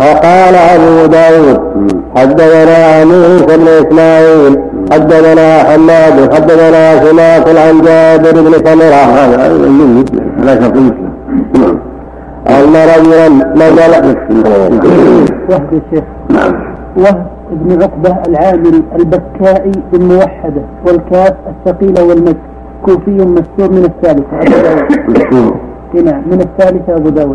وقال أبو داود حدثنا عميس بن إسماعيل حدثنا حماد حدثنا سماك عن جابر بن سمرة لا شرط أن رجلا نزل وهب الشيخ وهب ابن عقبة العامري البكائي بالموحدة والكاف الثقيلة والمد كوفي مستور من الثالثة أبو داود هنا من الثالثة أبو داود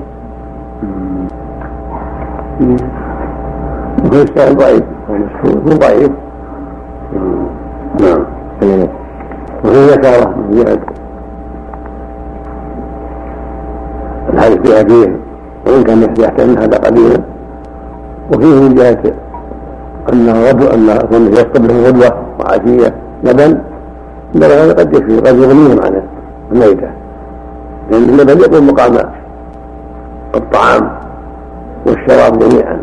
وهو ضعيف هو ضعيف نعم وهي ذكر من جهة الحديث فيها فيه وإن كان يحتمل هذا قليلا وفيه من جهة أن كونه يسقط له غدوة وعشية لبن هذا قد يكفي قد يغنيهم عن الميتة لأن اللبن يقوم مقام الطعام والشراب جميعا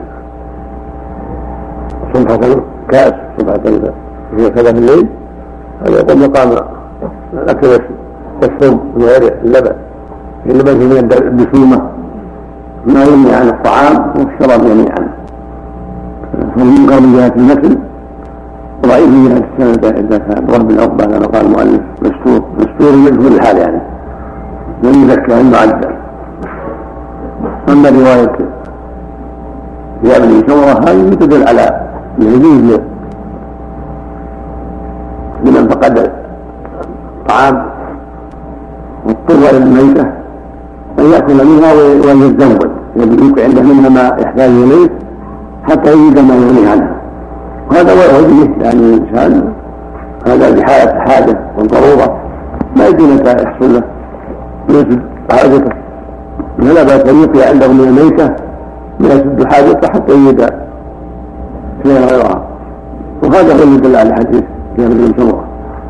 صبحة كأس صبحة هي كذا في الليل هذا يقوم مقام الأكل والشرب من غير اللبن اللبن في من الدسومة ما يغني عن الطعام والشراب جميعا فالمنكر من جهة المثل ضعيف من جهة السنة إذا كان ضرب العقبة كما قال المؤلف مستور مجهول الحال يعني لم يذكر المعدل. أما رواية زياد بن سمرة هذه تدل على يجوز لمن فقد الطعام واضطر إلى الميتة أن يأكل منها ويتزود يكون عنده منها ما يحتاج إليه حتى يجد ما يغنيه عنها وهذا هو وجهه يعني الإنسان هذا بحالة حاجة والضرورة ما يمكن أن يحصل له ويسد حاجته فلا بأس أن يقي عنده من الميتة ما يسد حاجته حتى يجد شيئا غيرها وهذا هو اللي يدل على الحديث في هذا المسورة.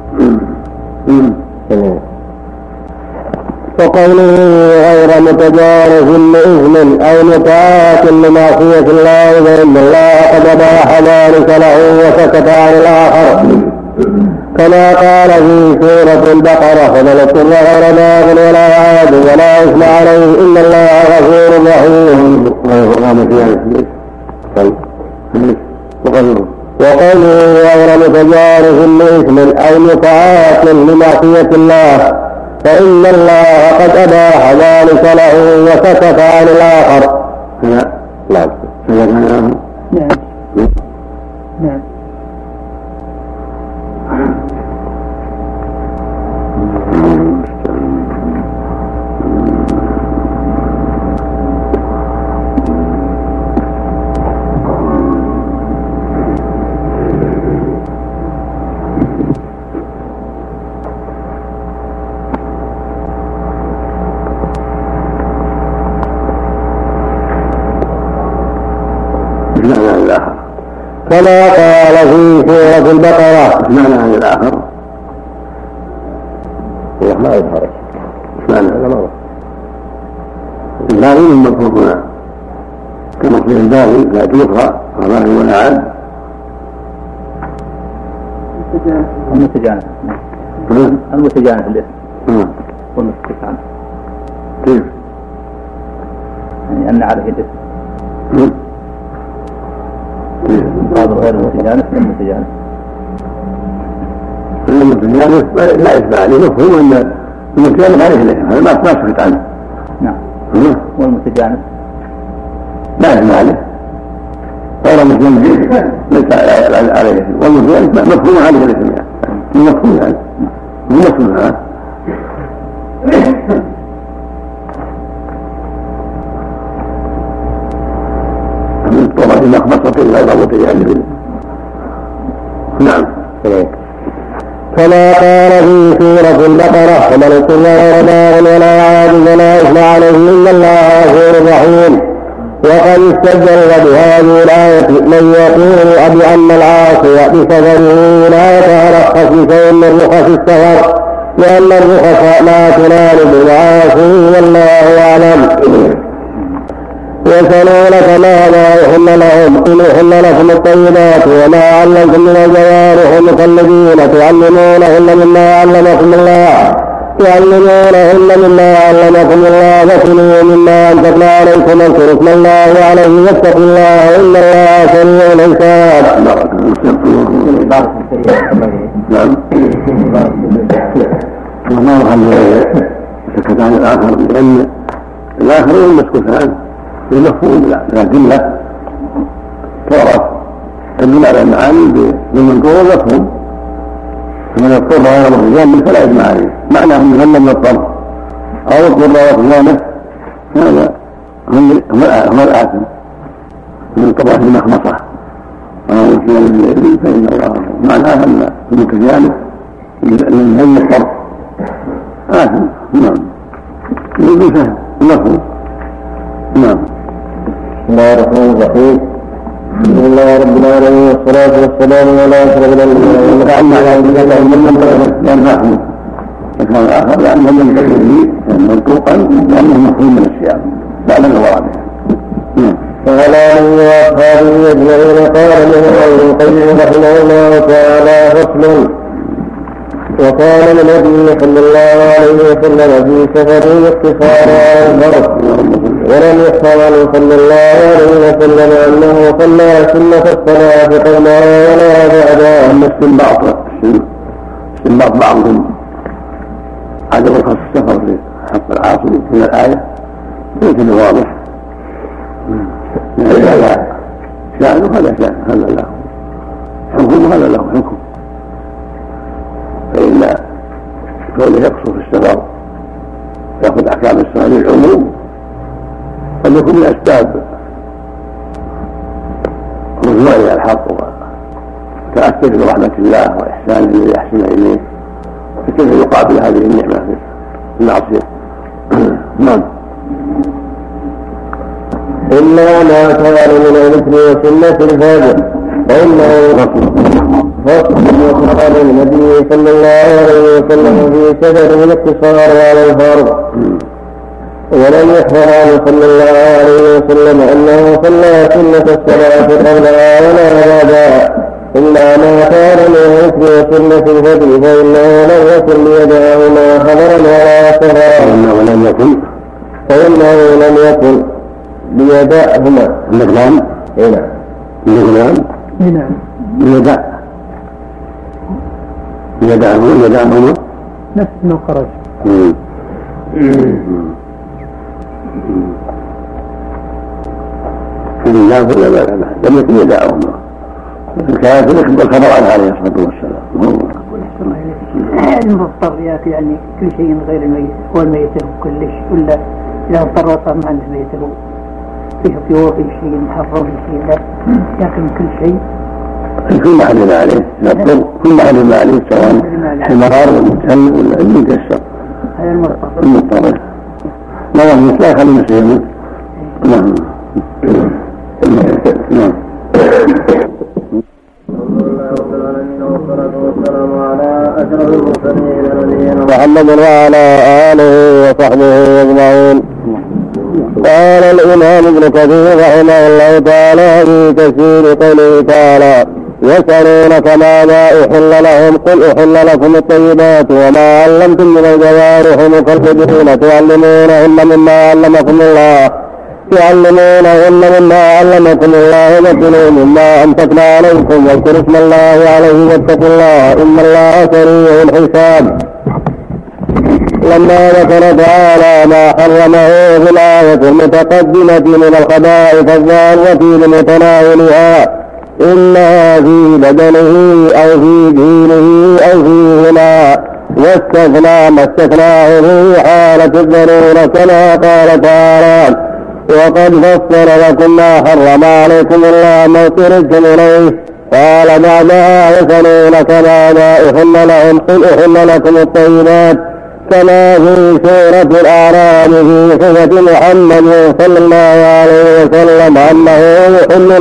وقوله غير متجارف لإثم أو متآكل لمعصية الله فإن الله قد أباح ذلك له وسكت عن الآخر كما قال في سورة البقرة فمن اضطر غير باغ ولا عاد ولا إثم عليه إن الله غفور رحيم. وقوله غير متجارف لإثم أو متآكل لمعصية الله فإن الله قد أباح ذلك له وسكت عن الآخر. نعم. كما قال في سورة البقرة معنى عن الآخر ما يظهر معنى الباغي المذكور هنا كمصير الباغي لا توفى وباغي ولا عاد المتجانس الاسم والمستكان كيف؟ يعني أن عليه الاسم هذا غير المتجانس المتجانس لا يتبع عليه مفهوم أن المتجانس عليه الاسم هذا ما سكت عنه. نعم. والمتجانس لا يتبع عليه غير المتجانس ليس عليه الاسم والمتجانس مفهوم عليه الاسم يعني مفهوم يعني مفهوم عنه. طبعا مخبصة غير متجانس. نعم. كما قال في سورة البقرة فمن اضطر غير باغ ولا عاد ولا إثم عليه إن الله غفور رحيم. وقد استدل بهذه الآية من يقول بأن العاصي بسفره لا يترخص بشيء من رخص السفر لأن الرخص لا تنال بالمعاصي والله أعلم. يسألونك ماذا يحل لهم قل يحل لكم الطيبات وما علمتم من الجوارح مكلبين تعلمونهن مما علمكم الله تعلمونهن مما علمكم الله فكلوا مما أنفقنا عليكم واذكروا اسم الله عليه واتقوا الله إن الله سريع الحساب. نعم. وما خلي سكت عن الآخر لأن الآخر هو المسكوت عنه بمفهوم لكنه تعرف تدل على المعاني بالمنكور والمفهوم. فمن اضطر غير مخزان فلا يجمع عليه معناه من لم يضطر او اضطر وخزانه هذا هم الاثم من طبعه المخمصه او صيام الليل فان الله معناها ان المكزان من لم يضطر اثم. نعم بفهم المفهوم. نعم. بسم الله الرحمن الرحيم. الحمد لله رب العالمين والصلاة والسلام على أشرف الأنبياء ينفعهم لكن الآخر لأنه لم يكن به منطوقا لأنه مفهوم من الصيام لا من الورابع. وعلى آله وأصحابه أجمعين. قال ابن القيم رحمه الله تعالى فصل. وكان النبي صلى الله عليه وسلم في سفره اقتصار على الفرض ولم يحفظ عنه صلى الله عليه وسلم انه صلى سنة الصلاة قبلها ولا بعدها. اما استنباط بعضهم عدم خص السفر في حق العاصي من الآية ليس بواضح. هذا شأن وهذا شأن هذا له حكم وهذا له حكم. فإن كونه يقصر في السفر يأخذ أحكام الصلاة للعموم قد يكون من أسباب رجوع إلى الحق وتأثر برحمة الله وإحسانه الذي يحسن إليه فكيف يقابل هذه النعمة في المعصية. نعم. إلا ما كان من الذكر وسنة الفجر فإنه فصل. وقال النبي صلى الله عليه وسلم في سفره الاقتصار على الفرض ولم يحفظ عنه صلى الله عليه وسلم أنه صلى سنة الصلاة قبلها ولا بعدها إلا ما كان من الذكر وسنة الفجر فإنه لم يكن ليدعهما خبرا ولا سفرا. فإنه لم يكن ليدعهما. النغلان. نعم. النغلان. نعم. يدعهما نفس ما خرج. لا لم يكن يدعهما. الكافر يخبر الخبر عنه عليه الصلاة والسلام. المضطر يعني كل شيء غير الميت والميت كلش ولا إذا اضطر طعم عنه ميته فيه وفي شيء محرم شيء لا يأكل كل شيء. كل ما حدث عليه كل ما حدث عليه سواء حمار ومتهل ولا المكسر هذا المضطر لا يموت لا يخلي نفسه يموت. نعم. نعم. محمد وعلى آله وصحبه أجمعين. قال الإمام ابن كثير رحمه الله تعالى في تفسير قوله تعالى يسألونك ماذا أحل لهم قل أحل لكم الطيبات وما علمتم من الجوارح مكلبين تعلمونهن مما علمكم الله وكلوا مما أنفقنا عليكم واذكروا اسم الله عليه واتقوا الله إن الله سريع الحساب. لما ذكر تعالى ما حرمه في الآية المتقدمة من الخبائث الظاهرة لمتناولها إما في بدنه أو في دينه أو فيهما واستثنى ما استثناه في حالة الضرورة كما قال تعالى وقد فصل لكم ما حرم عليكم الله ما اضطررتم إليه. قال بعدها يسألونك ماذا أحل لهم قل أحل لكم الطيبات كما في سورة الأعراف في صفة محمد صلى الله عليه وسلم أنه يحل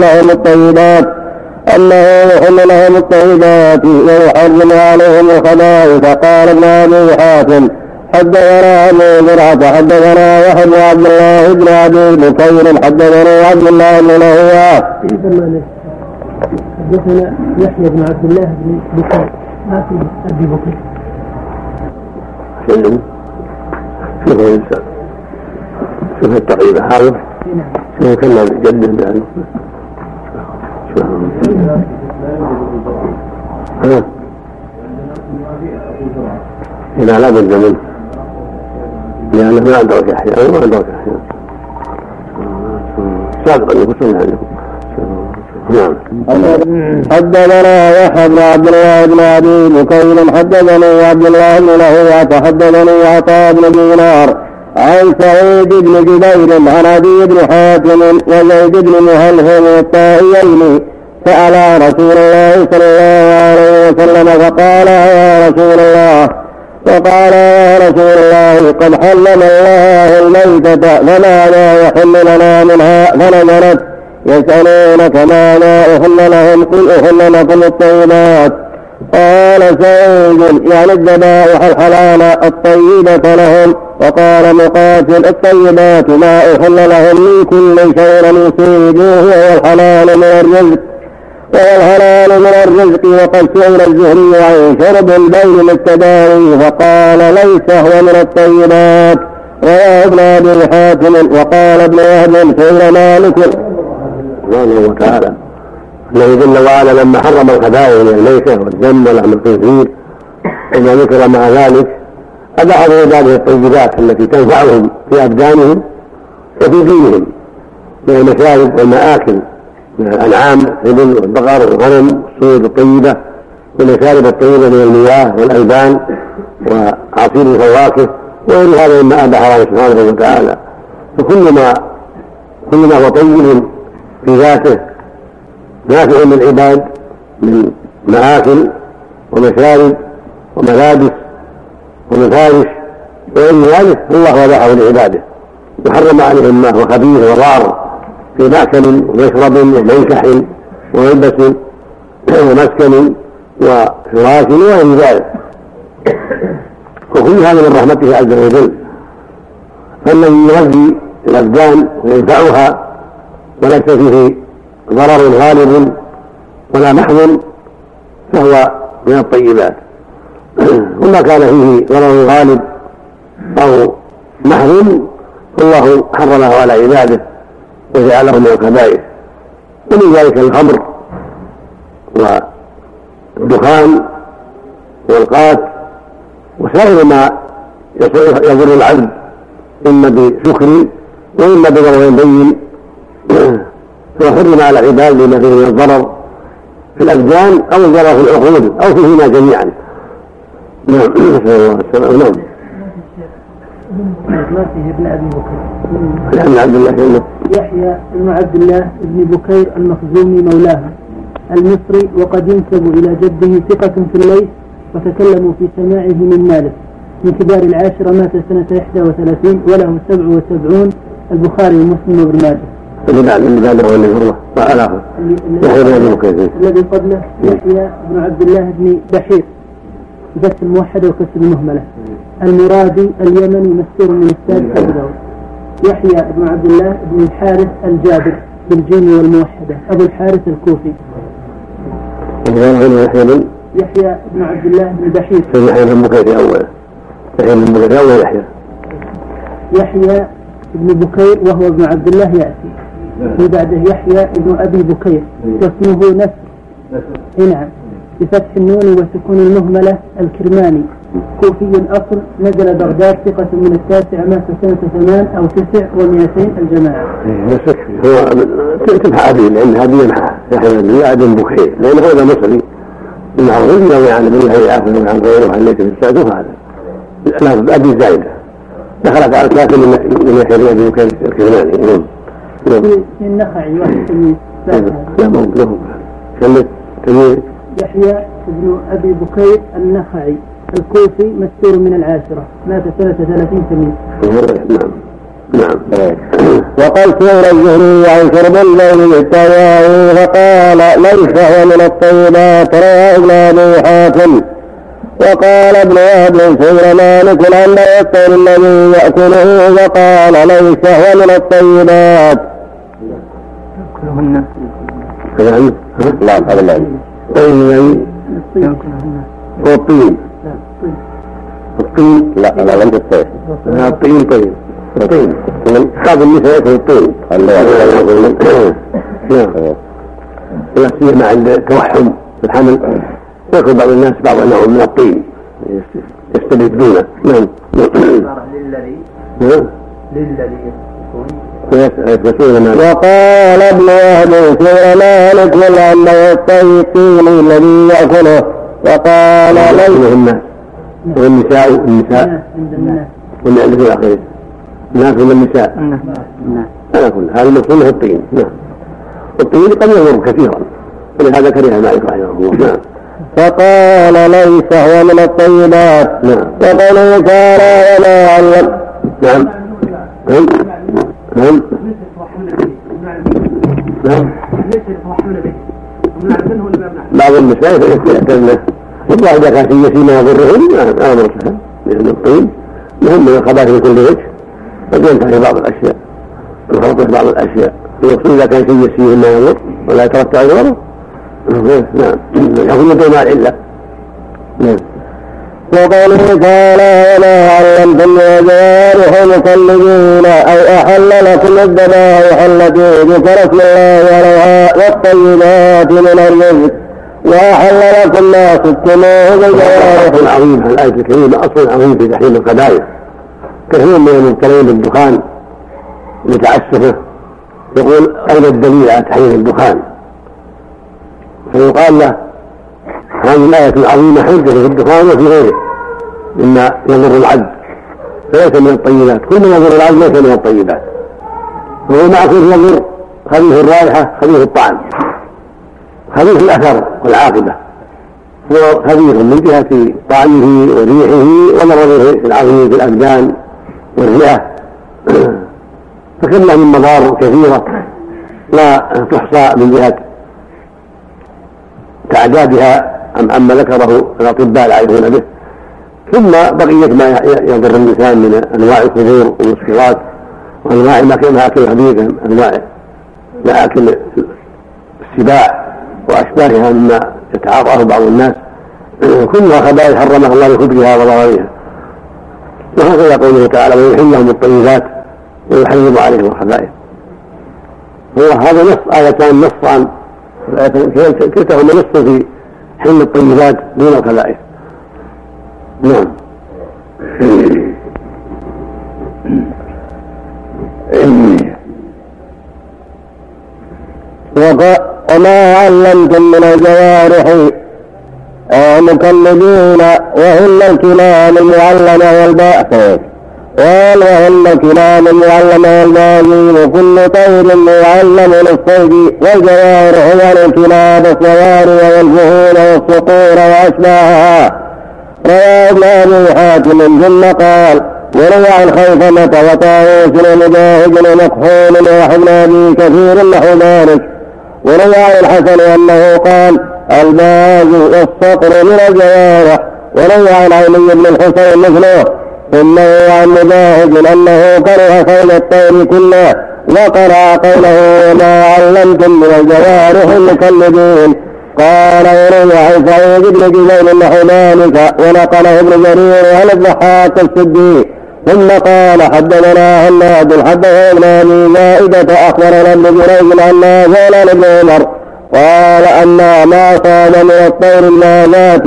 لهم الطيبات ويحرم عليهم الخبائث. قال ابن أبي حاتم حدثنا أبو زرعة حدثنا يحيى بن عبد الله بن أبي بكير حدثنا عبد الله بن لهيعة حدثنا يحيى بن عبد الله بن بكير ما في أبي بكر شوف الإنسان شوف التقييد حاضر شوف كنا جدد يعني إذا لا بد منه لأنه ما أدرك أحيانا وما أدرك أحيانا سابقا يكون عندكم. نعم. حدثنا يحيى بن عبد الله بن ابي بكير حدثني عبد الله بن لهيعة حدثني عطاء بن دينار عن سعيد بن جبير عن ابي بن حاتم وزيد بن مهلهم الطائيين سأل رسول الله صلى الله عليه وسلم فقال يا رسول الله قد حلل الله الميتة فماذا يحل لنا منها فنزلت يسألونك ماذا أحل لهم قل أحل لكم الطيبات قال سعيد يعني الذبائح الحلال الطيبة لهم وقال مقاتل الطيبات ما أحل لهم من كل شيء يصيبوه والحلال من الرزق وقد سئل الزهري عن شرب البين للتداوي فقال ليس هو من الطيبات رواه ابن ابي حاتم وقال ابن وهب سئل مالك سبحانه وتعالى الذي جل وعلا لما حرم الخبائث من الميتة والدم ولحم الخنزير وما ذكر مع ذلك أباح لعباده الطيبات التي تنفعهم في أبدانهم وفي دينهم من المشارب والمآكل من الأنعام الإبل والبقر والغنم والصيد الطيبة والمشارب الطيبة من المياه والألبان وعصير الفواكه وغير هذا مما أباح الله سبحانه وتعالى فكل ما هو طيب في ذاته نافع للعباد من مآكل ومشارب وملابس ومفارش وغير ذلك الله وضعه لعباده وحرم عليهم ما هو خبيث وضار في مأكل ومشرب ومنكح وملبس ومسكن وفراش وغير ذلك وكل هذا من رحمته عز وجل فالذي يغذي الأبدان وينفعها وليس فيه ضرر غالب ولا محظ فهو من الطيبات وما كان فيه ضرر غالب أو محظ فالله حرمه على عباده وجعله من الخبائث ومن ذلك الخمر والدخان والقات وسائر ما يضر العبد إما بسكر وإما بضرر بين فحرم على العباد لما فيه من الضرر في الأبدان أو الضرر في العقول أو فيهما جميعا. نعم. نعم. ما فيه ابن أبي بكير لأن عبد الله يحيى بن عبد الله بن بكير المخزومي مولاه المصري وقد ينسب إلى جده ثقة في الليث وتكلموا في سماعه من مالك من كبار العاشرة مات سنة 31 وله 77 البخاري ومسلم وابن ماجه. اللي بعده هو اللي هو الآخر يحيى بن أبي بكير الذي قبله يحيى بن عبد الله بن بحير بس الموحدة وكسر المهملة المرادي اليمني مستور من السادس أبو داود. يحيى بن عبد الله بن الحارث الجابر بالجيم والموحدة أبو الحارث الكوفي. يحيى بن عبد الله بن بحير يحيى بن بكير أول يحيى بن بكير وهو ابن عبد الله يأتي في بعده يحيى بن أبي بكير واسمه نسر نعم بفتح النون وسكون المهملة الكرماني كوفي الأصل نزل بغداد ثقة من التاسع مات سنة 8 أو 9 و200 الجماعة. هو تنحى أبي لأن أبي يحيى بن بكير لأنه هذا مصري المعروف لو يعني بالله يعافى عن غيره عن ليس بالسعد هذا لا أبي زايدة دخلت على 3 من يحيى بن بكير الكرماني. في النخعي واحد تلميذ لا مو تلميذ يحيى بن أبي بكير النخعي الكوفي مستور من العاشرة مات سنة 30 سنة. نعم. وقال سئل الزهري عن شرب الليل بالتواعي فقال ليس هو من الطيبات رواه ابن أبي حاتم. وقال ابن وهب سئل مالك عن الطير الذي يأكله فقال ليس هو من الطيبات. لا والطين الطين لا عند الطين. الطين طيب الطين بعض النساء يكون الطين لا سيما عند التوحم في الحمل يأكل بعض الناس بعض أنواع من الطين يستبدونه. نعم. وقال ابن وهب سئل مالك لأنه الطين الذي يأكله وقال ليس الناس والنساء والناس في الآخرين الناس ولا النساء على كل هذا المقصود له الطين. نعم. الطين قد يضر كثيرا ولهذا كره مالك رحمه الله. نعم. فقال ليس هو من الطيبات. نعم. وقوله تعالى وما علم. نعم. نعم. نعم. نعم. بعض النساء يحتاجن والله إذا كان في يسير ما يضرهم أنا مرسل لأن الطين مهم من الخبائث من كل وجه قد ينتهي بعض الأشياء الخلط في بعض الأشياء المقصود إذا كان في يسير ما يضر ولا يترتب على ضرره. نعم. يكون من دون العلة. نعم. وقوله تعالى وما علمتم من الجوارح مكلبين أي أحل لكم الذبائح التي ذكر اسم الله عليها والطيبات من الرزق وأحل لكم ما صدتموه بالجوارح. أصل عظيم الآية الكريمة أصل عظيم في تحريم الخبائث. كثير من المبتلين بالدخان متعسفه يقول أين الدليل على تحريم الدخان فيقال له هذه الآية العظيمة حجة في الدخان وفي غيره مما يضر العبد فليس من الطيبات. كل ما يضر العبد ليس من الطيبات. وهو معكوس يضر خبيث الرائحة خبيث الطعم خبيث الأثر والعاقبة هو خبيث من جهة طعمه وريحه ومرضه العظيم في الأبدان والرئة فكم من مضار كثيرة لا تحصى من جهة تعدادها عما ذكره الأطباء العارفون به. ثم بقية ما يضر الإنسان من أنواع الصدور والمسكرات وأنواع ماكل خبيثة أنواع مآكل السباع وأشباهها مما يتعاطاه بعض الناس كلها خبائث حرمها الله لكبرها وضررها. وهكذا قوله تعالى ويحل لهم الطيبات ويحرم عليهم الخبائث. هو هذا نص آيتان نصان كلتهما نص في حل الطيبات دون الخبائث. نعم. وما علمتم من الجوارح مكلبين وهن الكلاب المعلمة والباقي وهن الكلاب المعلمة والباقي وكل طير معلم للصيد والجوارح والكلاب الصواري والفهول والصقور وأشباهها. رواه ابن أبي حاتم ثم قال وروى عن خيثمة وطاووس ومجاهد ومكحول وحبن أبي كثير نحو ذلك. وروى عن الحسن أنه قال الباز والصقر من الجوارح. وروى عن علي بن الحسين مثله. ثم عن مجاهد أنه كره خيل الطير كله وقرأ قوله وما علمتم من الجوارح المكلبين. قال وروى عن سعيد بن جبير نحو ذلك ونقله ابن جرير عن الضحاك السدي. ثم قال حدثنا هناد حدثنا ابن زائدة أخبرنا ابن جريج عن نافع عن ابن عمر قال أن ما صاد من الطير المالات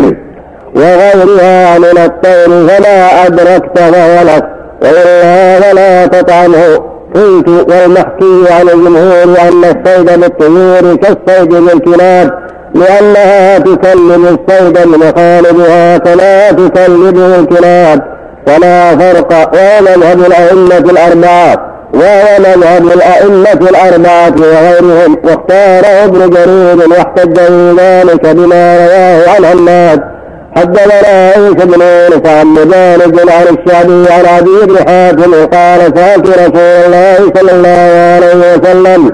وغيرها من الطير فلا أدركت فهو لك وإلا فلا تطعمه. قلت والمحكي عن الجمهور أن الصيد بالطيور كالصيد بالكلاب لأنها تكلب الصيد من خالبها كما تكلبه الكلاب ولا فرق. ومذهب الأئمة الأربعة وغيرهم واختاره ابن جرير واحتج ذلك بما رواه عن هناد. حدثنا عيسى بن يونس عن مجالد عن الشعبي عن عدي بن حاتم قال سألت رسول الله صلى الله عليه وسلم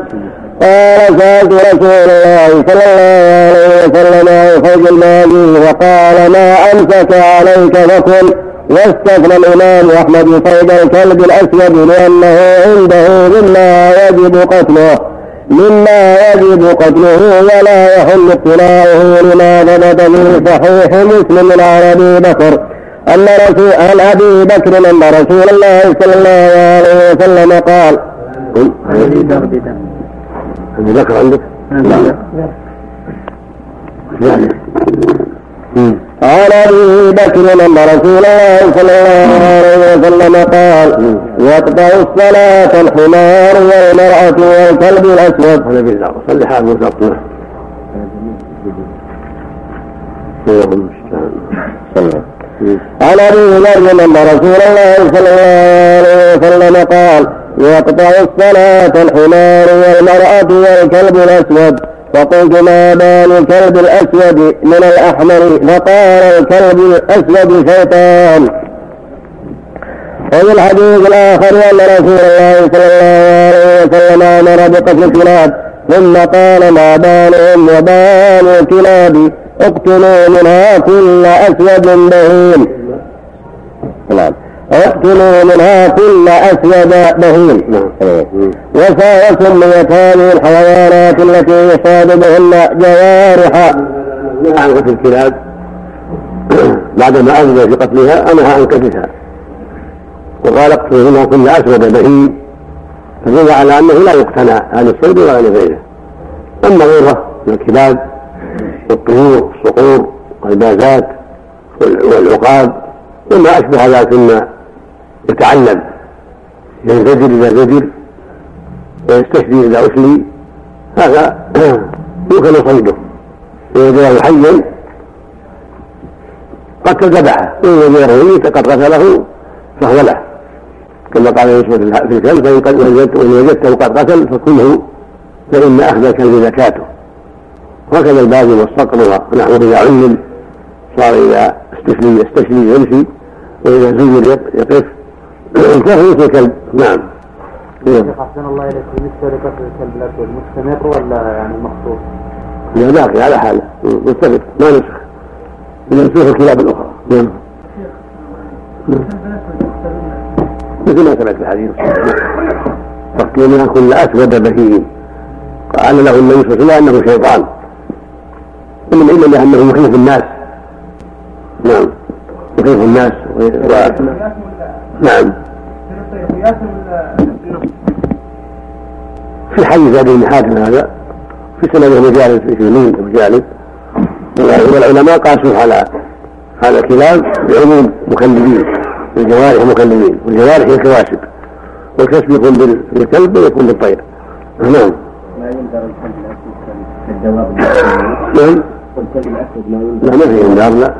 عن خرج الماضي وقال ما أمسك عليك فكل. واستثنى الإمام أحمد صيد الكلب الأسود لأنه عنده مما يجب قتله ولا يحل ابتلاؤه لما ثبت في صحيح مسلم عن أبي بكر عن أبي بكر أن رسول الله صلى الله عليه وسلم قال أبي بكر عندك؟ عن أبي بكر أن رسول الله صلى الله عليه وسلم قال يقطع الصلاة الحمار والمرأة والكلب الأسود. هذا بالله صلي حال وسطنا. عن أبي ذر أن رسول الله صلى الله عليه وسلم قال يقطع الصلاة الحمار والمرأة والكلب الأسود. فقلت ما بال الكلب الأسود من الأحمر؟ فقال الكلب الأسود شيطان. وفي الحديث الآخر أن رسول الله صلى الله عليه وسلم أمر بقتل الكلاب ثم قال ما بالهم وبال الكلاب اقتلوا منها كل أسود بهيم. اقتلوا منها كل أسود بهيم. وسميت هذه الحيوانات التي يصاد بهن جوارح. عن قتل الكلاب بعدما أذن في قتلها أنهى عن قتلها وقال اقتلوا منها كل أسود بهيم، فدل على أنه لا يقتنى عن الصيد ولا لغيره. أما غيره من الكلاب والطيور الصقور والبازات والعقاب وما أشبه ذلك مما يتعلم ينزجر إذا زجر ويستشري إذا أسلي، هذا يمكن صيده. وإذا حيا قد ذبحه، وإذا رميت قد قتله فهو له، كما قال يسود في الكلب وإن وجدته قد قتل فكله فإن أخذ الكلب زكاته. وهكذا الباغي والصقر ونحو إذا علم صار إذا يستشري يمشي، وإذا زجر يقف فهو مثل الكلب. نعم. أحسن الله إليك، بالنسبة لقتل الكلب الأسود مستمر ولا يعني مخصوص؟ لا باقي على حاله مستمر ما نسخ نسخ الكلاب الأخرى. نعم. مثل ما ثبت في الحديث تقتل منها كل أسود بهيم. قال له النبي صلى الله عليه وسلم أنه شيطان ومن علم أنه يخيف الناس. نعم يخيف الناس نعم في حيز هذه المحاكم هذا في سنده مجالس في يمين مجالس، والعلماء قاسوا على الكلاب بعموم مكلبين الجوارح مكلبين، والجوارح هي الكواسب، والكسب يكون بالكلب ويكون بالطير. نعم. لا ينذر الكلب الأسود كالدواب. نعم. والكلب الأسود لا لا ينذر. ما في انذار لا.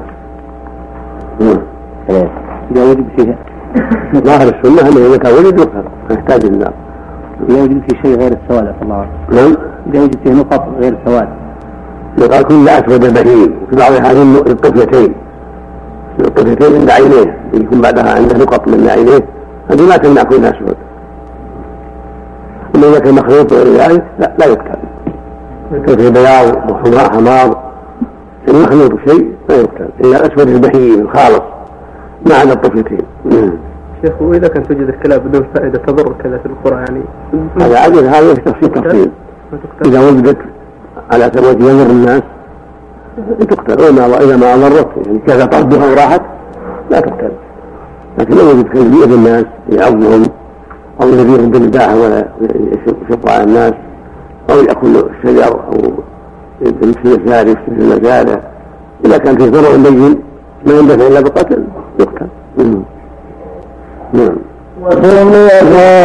إذا وجد فيها ظاهر السنة أنه إذا كان وجد يقهر فيحتاج النار. إذا وجد في شيء غير السواد صلى الله عليه وسلم. نعم. إذا وجد فيه نقط غير السواد. يقال كل أسود بهيم، وفي بعض الأحاديث الطفلتين عند عينيه يكون بعدها عنده نقط من عينيه، هذه لا تمنع كل أسود. أما إذا كان مخلوط ذلك لا يقتل. كفي بياض وحمراء حمار المخلوط شيء لا يقتل إلا الأسود البهيم الخالص ما عدا الطفلتين. شيخ وإذا كان توجد الكلاب بدون فائدة تضر كذا في القرى يعني هذا عجل، هذا تفصيل. إذا وجدت على سبيل يضر الناس تقتل، وإذا ما أضرت يعني كذا طردها وراحت لا تقتل. لكن لو وجد كلب يؤذي الناس يعضهم أو يذيهم بالإباحة ولا يشق على الناس أو يأكل الشجر أو يمشي المزارع يفسد المزارع، إذا كان في ضرر بين ما يندفع إلا بقتل يقتل. نعم. وسميت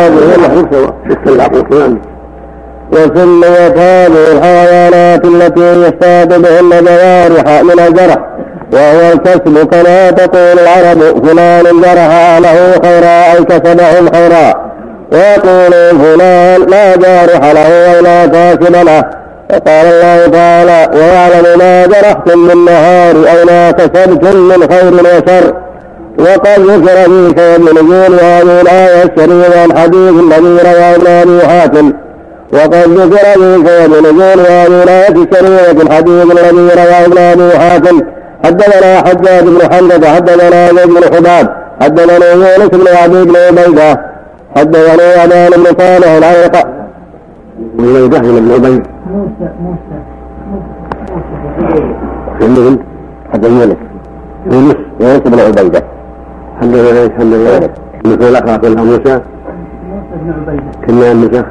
هذه الحيوانات التي يصطاد بهن جوارح من الجرح، وهو الكسب كما تقول العرب فلان جرح أهله خيرا أي كسبهم خيرا، ويقول فلان لا جارح له ولا كاسب له. وقال الله تعالى ويعلم ما جرحتم بالنهار أو ما كسبتم من خير وشر. وقد ذكر في سبب نزول هذه الآية الشريفة الحديث الذي رواه ابن أبي حاتم. وقد ذكر في سبب نزول هذه الآية الشريفة الحديث الذي رواه ابن أبي حاتم. حدثنا حجاج بن حمزة حدثنا زيد بن حباب حدثنا يونس بن عبيد بن عبيدة حدثنا عبان بن صالح العيق وإلى دخل بن عبيد عندهم حتى يونس يونس بن عبيدة. الحمد لله مثل الأخرى كلها موسى كنا النسخ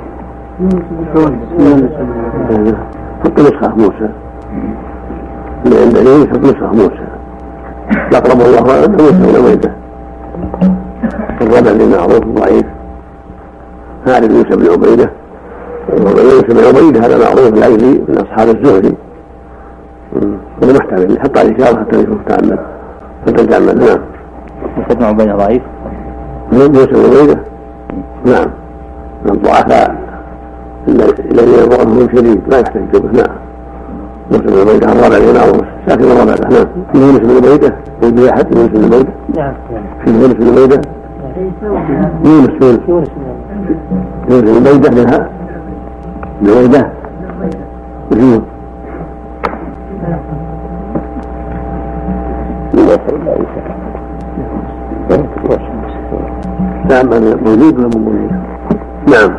حط نسخة موسى من عند يونس حط نسخة موسى الأقرب الله أن موسى بن عبيدة الربع للمعروف ضعيف هذا موسى بن عبيدة. يونس بن عبيدة هذا معروف الأيلي من أصحاب الزهري هذا محتمل حتى الإشارة حتى يشوف تعمل حتى تعمل. نعم موسى بن عبيدة ضعيف. موسى بن عبيدة نعم من الضعفاء الذين ضعفهم شديد لا يحتاج به. نعم موسى بن عبيدة الرابع للمعروف ساكن الرابع. نعم في يونس بن عبيدة يوجد أحد يونس بن عبيدة. نعم في يونس بن عبيدة يونس بن عبيدة لها بن عبيدة وجوه نعم موجود ولا موجود. نعم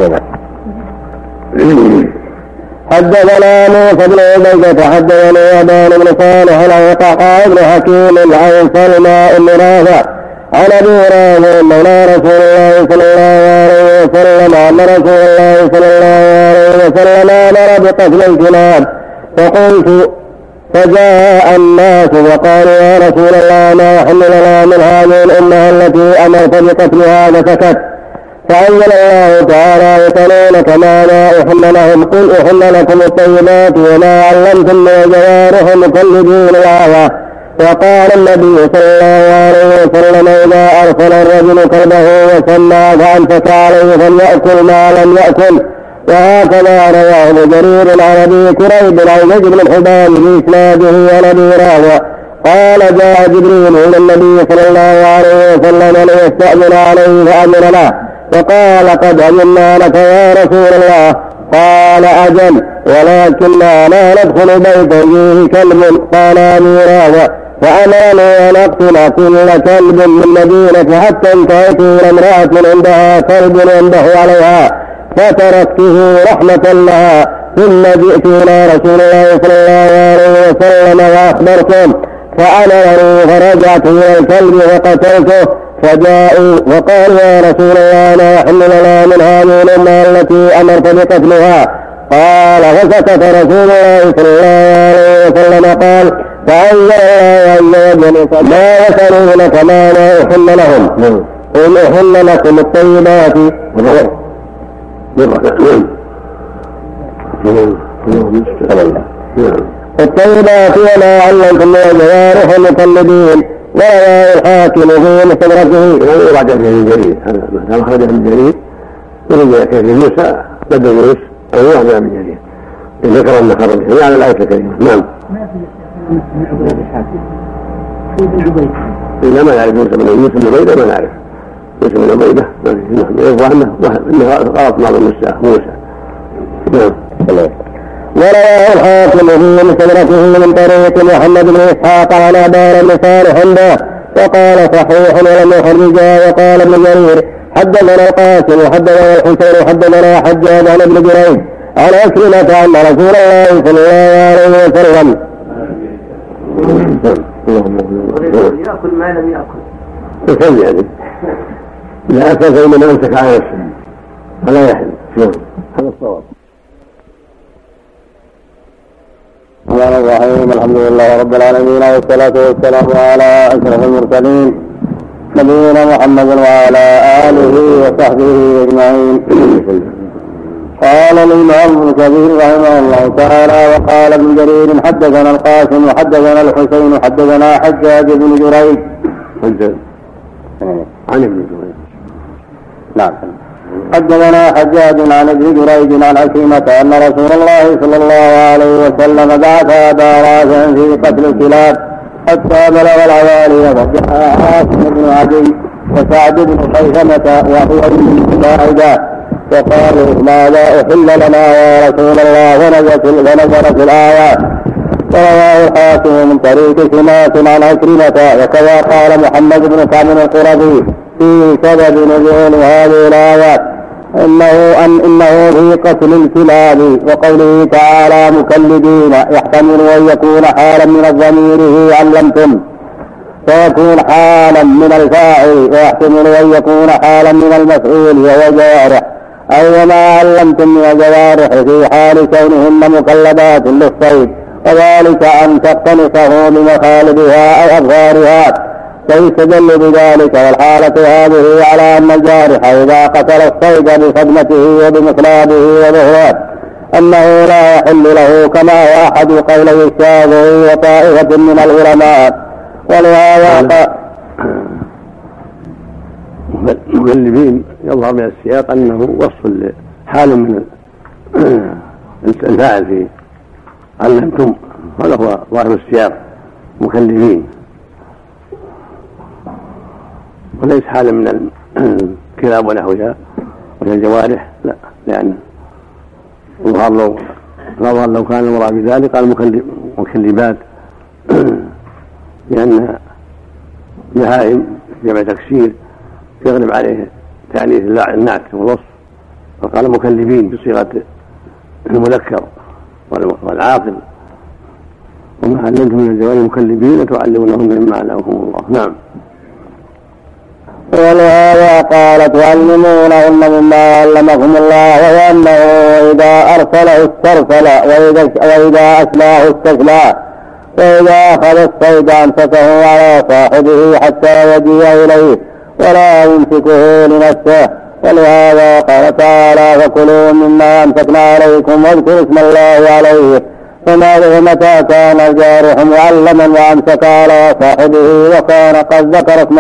حدثنا موسى بن عبيدة حدثنا أبان بن صالح عن يقع بن حكيم عن سلمى بن رافع عن أبي هريرة مولى رسول الله صلى الله عليه وسلم أن رسول الله صلى الله عليه وسلم أمر بقتل الكلاب فقلت فجاء الناس وقالوا يا رسول الله ما يحل لنا من هذه الأمة التي أمرت بقتلها فسكت فأنزل الله تعالى يسألونك ماذا أحل لهم قل أحل لكم الطيبات وما علمتم من الجوارح مقلدين الآية. وقال النبي صلى الله عليه وسلم إذا أرسل الرجل كلبه وسمى فأمسك عليه فليأكل ما لم يأكل. وهكذا رواه ابن جرير عن أبي كريب عن زيد بن الحباب بإسناده عن أبي رافع قال جاء جبريل إلى النبي صلى الله عليه وسلم ليستأذن عليه فأذن له وقال قد أذنا لك يا رسول الله. قال أجل ولكننا لا ندخل بيتا فيه كلب. قال أبي رافع فأمرني أن أقتل كل كلب من المدينة حتى انتهيت إلى امرأة عندها كلب ينبه عليها فتركته رحمة لها ثم جئت إلى رسول الله صلى الله عليه وسلم وأخبرته فأمرني فرجعت إلى الكلب وقتلته فجاءوا وقالوا يا رسول الله ما يحل لنا من هذه الأمة التي أمرت بقتلها. قال فسكت رسول الله صلى الله عليه وسلم قال فأنزل الله عز وجل ما يسألونك ما لا أحل لهم قل أحل لكم الطيبات الطيبات وما علمتم من الجوارح مقلدين. ورواه الحاكم في مستدركه وبعد ابن جرير هذا أخرج ابن جرير ورجع كيف موسى بدل يونس أو واحد ابن جرير ذكر أن خرج على الآية الكريمة. نعم إلا ما نعرف موسى بن عبيدة ما نعرف موسى بن عبيدة يظهر أنه غلط بعض موسى. نعم ورواه الحاكم في مستدركه من طريق محمد بن إسحاق عن أبان بن صالح به وقال صحيح ولم يخرجا. وقال ابن جرير حدثنا القاسم وحدثنا الحسين وحدثنا حجاج عن ابن جريج عن عكرمة أن رسول الله صلى الله عليه وسلم يأكل ما لم يأكل يحل يعني لا أكل فإنما أمسك على نفسه فلا يحل. هذا الصواب. الرحمن الرحيم الحمد لله رب العالمين والصلاة والسلام على أشرف المرسلين نبينا محمد وعلى آله وصحبه أجمعين. قال الإمام ابن كثير رحمه الله تعالى وقال ابن جرير حدثنا القاسم وحدثنا الحسين وحدثنا حجاج بن جريج عن ابن جريج. نعم حدثنا حجاج عن ابن جريج عن عكرمة أن رسول الله صلى الله عليه وسلم بعث أبا رافع في قتل الكلاب حتى بلغ العوالي فجاء عاصم بن عدي وسعد بن خيثمة وهو بن ساعدة فقالوا ماذا أحل لنا يا رسول الله ونزلت الآيات. ورواه الحاكم من طريق سماك عن عكرمة وكذا قال محمد بن كعب القرظي في سبب نزول هذه الآيات إنه في قتل الكلاب وقوله تعالى مكلبين يحتمل أن يكون حالا من الضمير علمتم فيكون حالا من الفاعل، ويحتمل أن يكون حالا من المفعول وهو جوارح، أي ما علمتم من الجوارح في حال كونهن مكلبات للصيد، وذلك أن تقتنصه بمخالبها أو أبغارها، فيستدل بذلك. والحالة هذه على أن الجارح إذا قتل الصيد بخدمته وبمخلابه وبهواه أنه لا يحل له، كما هو أحد قولي الشافعي وطائفة من العلماء. ولهذا المكلفين يظهر من السياق أنه وصف حال من الفاعل في علمتم، هذا هو ظاهر السياق، مكلفين، وليس حالا من الكلاب ونحوها وهي الجوارح، لا، لأن يظهر لو كان المراد بذلك قال مكلبات لأنها بهائم جمع تكسير يغلب عليه تعنيف النعت والوصف، فقال مكلبين بصيغة المذكر والعاقل. وما علمتم من الجوارح مكلبين تعلمونهن مما علمكم الله. نعم. ولهذا قال تعلمونهن مما علمكم الله، وأنه إذا أرسله استرسل، وإذا أسلاه استسلى، وإذا أخذ الصيد أمسكه على صاحبه حتى يجيء إليه ولا يمسكه لنفسه. ولهذا قال تعالى فكلوا مما أمسكنا عليكم واذكروا اسم الله عليه. فمتى كان الجارح معلما وأمسك على صاحبه وكان قد ذكر اسم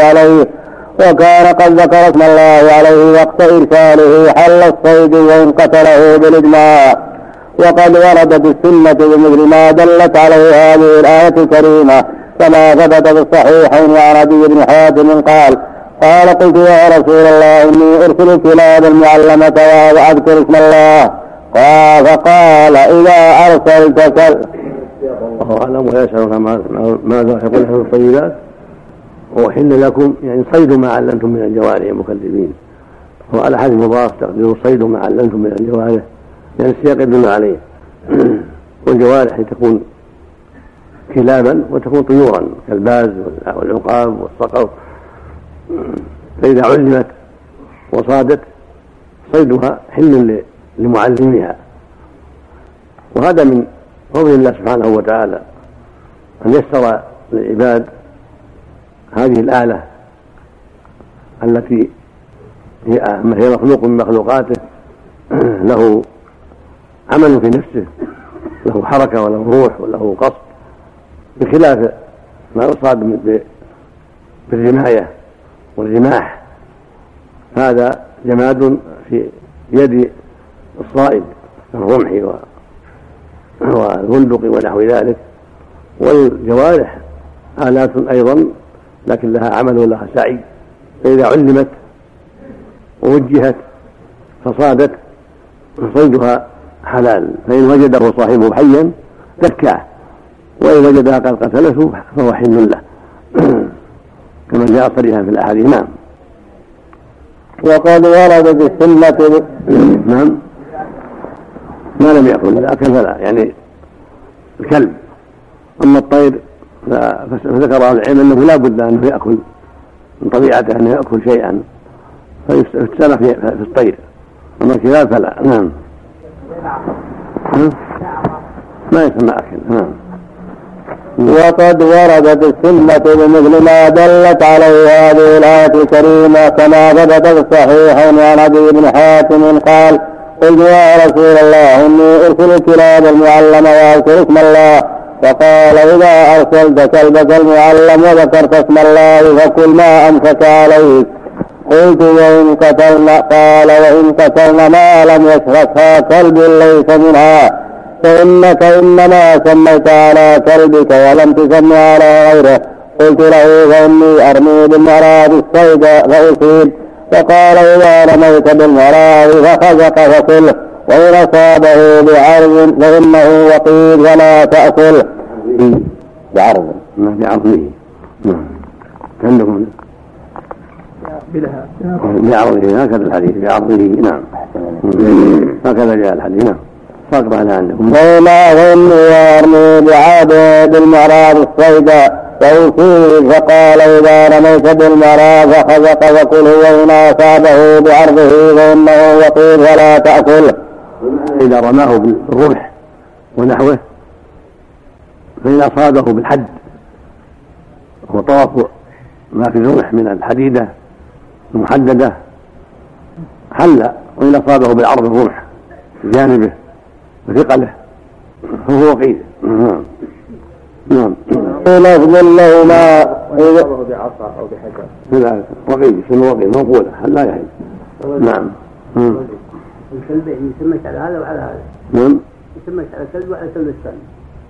الله عليه وقت إرساله حل الصيد وإن قتله بالإجماع. وقد وردت السنة بمثل ما دلت عليه هذه الآية الكريمة، كما ثبت في الصحيحين عن عدي بن حاتم قال قلت يا رسول الله إني أرسل الكلاب المعلمة وأذكر اسم الله، فقال إذا أرسلت كلب. الله أعلم. ويسألك ماذا يقول أهل الطيبات وأحل لكم، يعني صيد ما علمتم من الجوارح مكلبين، وعلى حد مضاف تقدير صيد ما علمتم من الجوارح، يعني السياق يدل عليه. والجوارح تكون كلابا وتكون طيورا كالباز والعقاب والصقر، فإذا علمت وصادت صيدها حل لمعلمها. وهذا من فضل الله سبحانه وتعالى أن يسر للعباد هذه الآلة التي هي مخلوق من مخلوقاته، له عمل في نفسه، له حركة وله روح وله قصد، بخلاف ما يصاد بالرماية والرماح، هذا جماد في يد الصائد كالرمح والبندق ونحو ذلك. والجوارح آلات أيضا لكن لها عمل ولها سعي، فإذا علمت ووجهت فصادت صيدها حلال، فإن وجده صاحبه حيا زكاه، وإن وجدها قد قتلته فهو حل له، كما جاء صريحا في الأحاديث. نعم. وقد ورد بالسنة. نعم. ما لم يأكل، إذا أكل فلا، يعني الكلب. أما الطير فذكر أهل العلم أنه لا بد أنه يأكل، من طبيعته أنه يأكل شيئا، فيستسلم في الطير. أما الكلاب فلا. نعم. ما يسمى أكل. نعم. وقد وردت السنة بمثل ما دلت عليه هذه الآية الكريمة، كما ثبت في الصحيحين عن عدي بن حاتم قال قلت يا رسول الله إني أرسل الكلاب المعلمة وأذكر اسم الله، فقال إذا أرسلت كلبك المعلم وذكرت اسم الله فكل ما أمسك عليك. قلت وإن قتلنا؟ قال وإن قتلنا ما لم يشركها كلب ليس منها، فإنك إنما سميت على كلبك ولم تسمي على غيره. قلت له فإني أرمي بالمراد الصيد فأصيب، فقال إذا رميت بالمراد فخزق فكله، وإن أصابه بعرض فإنه وقيد ولا تأكله. بعرض بعرضه عندكم بعرضه، هكذا الحديث بعرضه. نعم. هكذا جاء الحديث. نعم. فاقرأ عندكم. وإني أرمي بالمعراض الصيد فأصيب فقال إذا رميت بالمرى فخزق فكله وإن أصابه بعرضه فإنه وقيل ولا تأكله. إذا رماه بالرمح ونحوه فإن أصابه بالحد وطرف ما في الرمح من الحديدة المحددة حل، وإن أصابه بالعرض الرمح بجانبه وثقله فهو وقيل. نعم. لفظ لهما إذا بعصا أو بحجر لا وقيل اسمه وقيل منقولة هل لا يحل. نعم. الكلب يسمك على هذا وعلى هذا. نعم. يسمك على الكلب وعلى الكلب الثاني.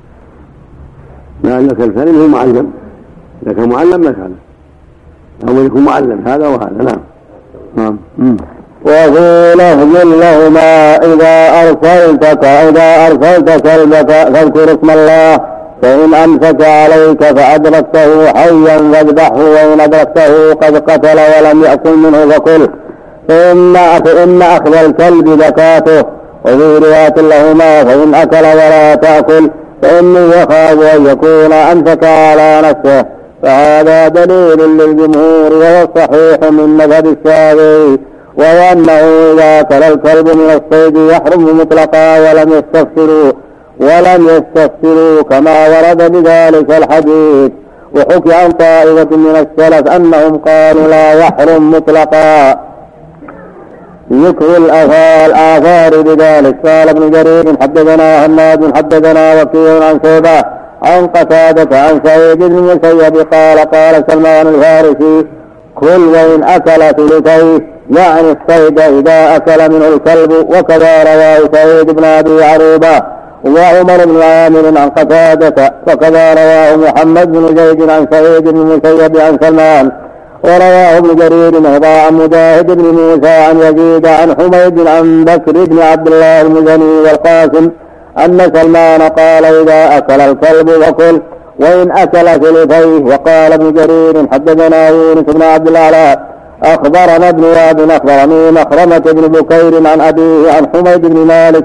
لا الكلب الثاني هو معلم، إذا كان معلم ما كان أول يكون معلم هذا وهذا. نعم. نعم. وفي لفظ لهما إذا أرسلت كلبك فاذكر اسم الله، فإن أمسك عليك فأدركته حيا فاذبحه، وإن أدركته قد قتل ولم يأكل منه فكل، فإن أخذ الكلب زكاته. وفي رواية لهما فإن أكل ولا تأكل فإني يخاف أن يكون أمسك على نفسه. فهذا دليل للجمهور وهو الصحيح من مذهب الشافعي، وهو أنه إذا أكل الكلب من الصيد يحرم مطلقا ولم يستفسروا كما ورد بذلك الحديث. وحكي عن طائفة من السلف أنهم قالوا لا يحرم مطلقا. ذكر الآثار بذلك. قال ابن جرير حدثنا حماد حدثنا وكيع عن شعبة عن قتادة عن سعيد بن المسيب قال سلمان الفارسي كل وإن أكل ثلثيه، يعني الصيد إذا أكل منه الكلب. وكذا رواه سعيد بن أبي عروبة وعمر بن عامر عن قتادة، وكذا رواه محمد بن زيد عن سعيد بن المسيب عن سلمان. ورواه ابن جرير أيضا عن مجاهد بن موسى عن يزيد عن حميد عن بكر بن عبد الله المزني والقاسم أن سلمان قال إذا أكل الكلب وكل وإن أكل ثلثيه. وقال ابن جرير حدثنا يونس بن عبد الأعلى أخبرنا ابن وهب أخبرني مخرمة بن بكير عن أبيه عن حميد بن مالك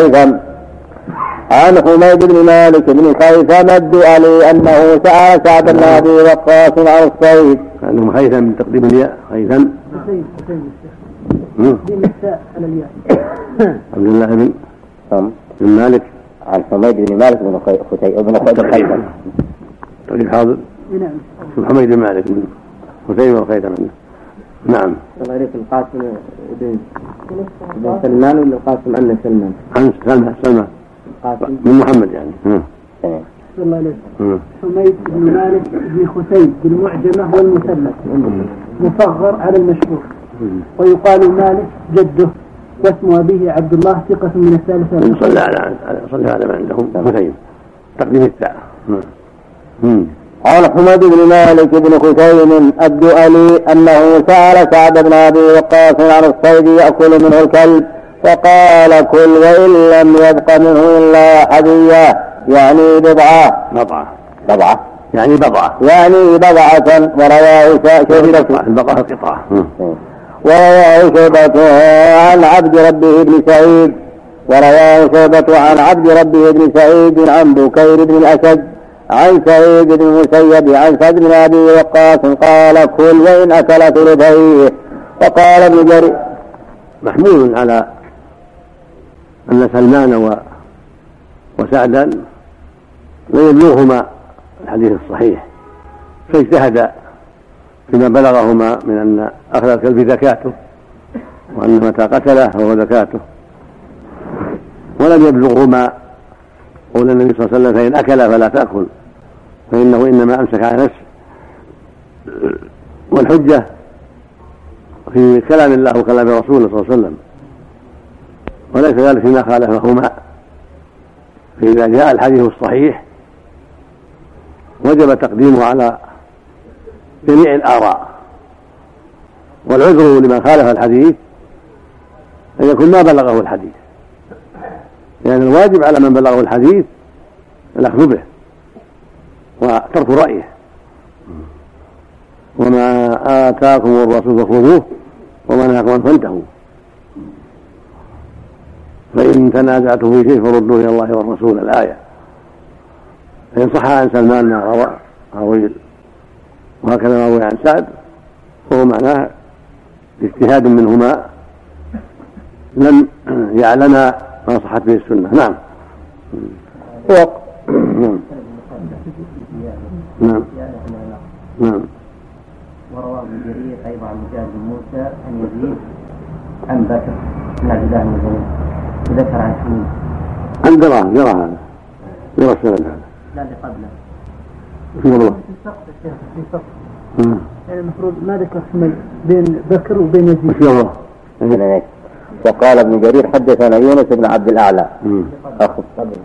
بن خيثم الدؤلي أنه سأل سعد بن أبي وقاص عن الصيد. كان خيثم من تقديم الياء خيثم عبد الله بن مالك عن حميد بن مالك بن خيثم. طيب حاضر. حميد بن مالك بن خيثم وخيثم. نعم. الله عليك القاسم بن سلمان ولا القاسم أن سلمان؟ عن سلمان من محمد يعني. الله عليك. حميد بن مالك بن خثيم بالمعجمة والمثلث مصغر على المشهور، ويقال مالك جده، واسم أبيه عبد الله ثقة من الثالثة. صلى على من عندهم خثيم تقديم التاء. عن حميد بن مالك بن خثيم الدؤلي أنه سأل سعد بن أبي وقاص عن الصيد يأكل منه الكلب، فقال كل وإن لم يبق منه إلا حذية، يعني بضعة يعني بضعة. ورواه شعبة عن عبد ربه بن سعيد عن بكير بن الأسد عن سعيد بن المسيب عن سعد بن أبي وقاص قال كل وإن أكل ثلثيه. وقال ابن جرير محمول على أن سلمان وسعدا لا يبلغهما الحديث الصحيح، فاجتهد فيما بلغهما من أن أخذ الكلب زكاته، وأن متى قتله فهو زكاته، ولم يبلغهما قول النبي صلى الله عليه وسلم فإن أكل فلا تأكل فإنه إنما أمسك على نفسه. والحجة في كلام الله وكلام رسوله صلى الله عليه وسلم، وليس ذلك فيما خالفهما. فإذا جاء الحديث الصحيح وجب تقديمه على جميع الآراء، والعذر لمن خالف الحديث أن يكون ما بلغه الحديث، لأن الواجب على من بلغه الحديث الأخذ به وترك رأيه. وما آتاكم الرسول فخذوه وما نهاكم عنه فانتهوا، فإن تنازعتم في شيء فردوه إلى الله والرسول الآية. فإن صح عن سلمان ما روى عويل. وهكذا ما روي عن سعد وهو معناه اجتهاد منهما لم يعلم ما صحت به السنة. نعم. نعم. نعم. ورواه ابن جرير ايضا عن مجاهد بن موسى عن يزيد عن بكر بن عبد الله بن زيد وذكر عن حميد. عن جرى هذا جرى السند هذا. لا اللي قبله. في والله. في سقط. يعني المفروض ما ذكر حميد بين بكر وبين يزيد. في والله. وقال ابن جرير حدثنا يونس بن عبد الأعلى أخو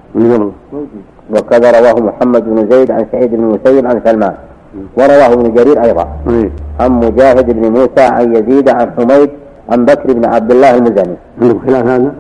وكذا رواه محمد بن زيد عن سعيد بن المسيب عن سلمان. ورواه ابن جرير أيضا عن مجاهد بن موسى عن يزيد عن حميد عن بكر بن عبد الله المزني. عندكم خلاف هذا؟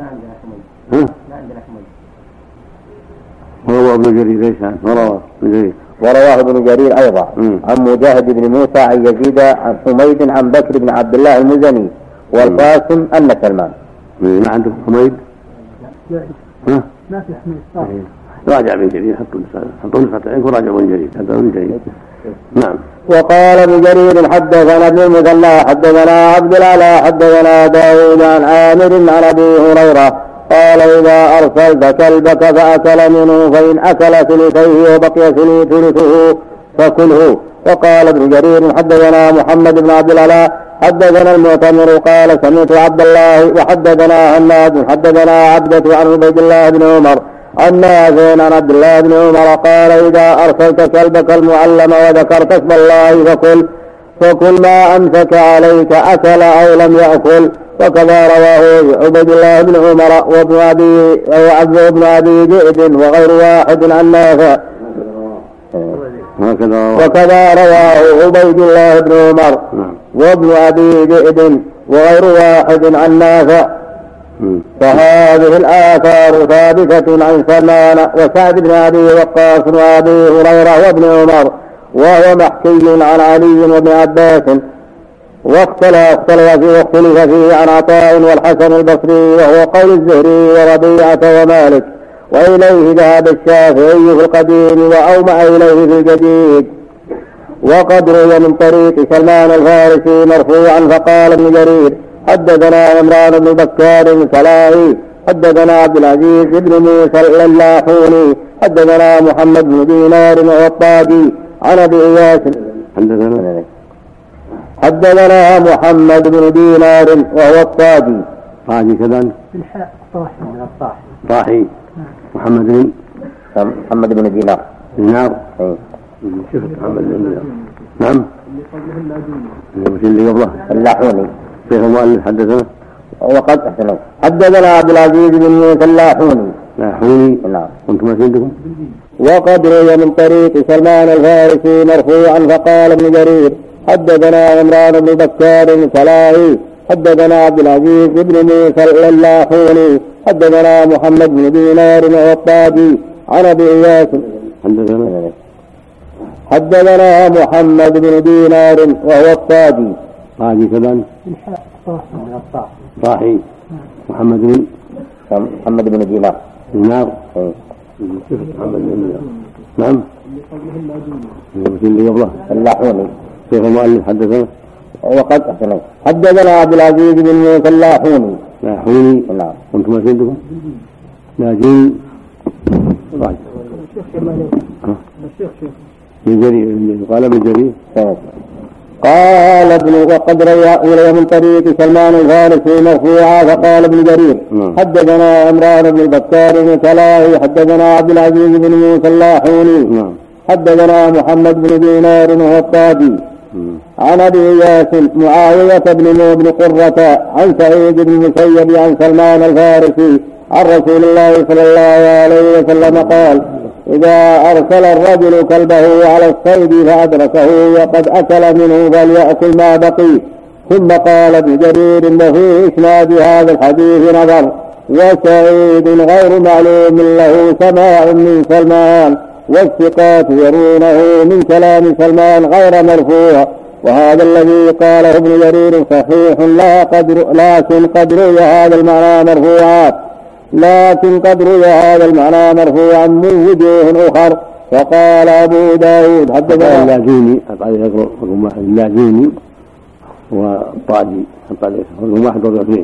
ورواه ابن جرير ليس ورواه ابن جرير أيضا عن مجاهد بن موسى عن يزيد عن حميد عن بكر بن عبد الله المزني والقاسم أن سلمان. ما عندكم حميد؟ ما في حميد. راجع ابن جرير حطوا نسختين وراجع ابن جرير هذا ابن جرير. نعم. وقال ابن جرير حدثنا ابن المثنى حدثنا عبد الأعلى حدثنا داود عن عامر عن أبي هريرة قال إذا أرسلت كلبك فأكل منه فإن أكل ثلثيه وبقي ثلثه فكله. وقال ابن جرير حدثنا محمد بن عبد الأعلى حدثنا المعتمر قال سمعت عبد الله وحدثنا هناد حدثنا عبدة عن عبيد الله بن عمر عن نافع عن عبد الله بن عمر قال إذا أرسلت كلبك المعلم وذكرت اسم الله فكل ما أمسك عليك أكل أو لم يأكل. وكذا رواه عبيد الله بن عمر وابن أبي ذئب وغير واحد عن نافع. وكذا رواه عبيد الله بن عمر وابن أبي ذئب وغير واحد عن نافع. فهذه الآثار ثابتة عن سلمان وسعد بن أبي وقاص وأبي هريرة وابن عمر وهو محكي عن علي وابن عباس. واختلف فيه عن عطاء والحسن البصري وهو قول الزهري وربيعة ومالك. وإليه ذهب الشافعي في القديم وأومأ إليه في الجديد. وقد روي من طريق سلمان الفارسي مرفوعا فقال ابن جرير حدثنا عمران بن بكار الكلاهي حدثنا عبد العزيز بن موسى اللاحوني حدثنا محمد بن دينار والطاجي عن أبي إياس حدثنا محمد بن دينار وهو الطاجي كذا الحاء طاحي محمد بن دينار شوف محمد بن دينار. نعم. اللي قبله اللاحوني شيخ المؤلف حدثنا وقد حدثنا عبد العزيز بن موسى اللاحوني. نعم. كنتم عندكم. وقد روي من طريق سلمان الفارسي مرفوعا فقال ابن جرير حدثنا عمران بن بكار الكلاهي حدثنا عبد العزيز بن موسى اللاحوني حدثنا محمد بن دينار والطاجي عن أبي إياس حدثنا محمد بن دينار وهو الطاجي كذا طاحي محمد بن دينار. نعم. اللي قبله اللاحوني شيخ المؤلف حدثنا وقد حدثنا عبد العزيز بن موسى اللاحوني. نعم. كنتم عندكم لاجين قال ابن جرير قال ابن وقد روي من طريق سلمان الفارسي مرفوعا فقال ابن جرير حدثنا عمران بن بكار الكلاهي حدثنا عبد العزيز بن موسى اللاحوني حدثنا محمد بن دينار والطاجي عن ابي اياس معاويه بن قرة عن سعيد بن المسيب عن سلمان الفارسي عن رسول الله صلى الله عليه وسلم قال إذا أرسل الرجل كلبه على الصيد فأدركه وقد أكل منه فليأكل ما بقي. ثم قال ابن جرير وفي إسناد هذا الحديث نظر وسعيد غير معلوم له سماع من سلمان والثقات يرونه من كلام سلمان غير مرفوع. وهذا الذي قاله ابن جرير صحيح لكن قد روي هذا المعنى مرفوعا من وجوه أخر وقال أبو داود حدثنا اللاجوني رقم واحد اللاجوني والطاجي رقم واحد ورقم اثنين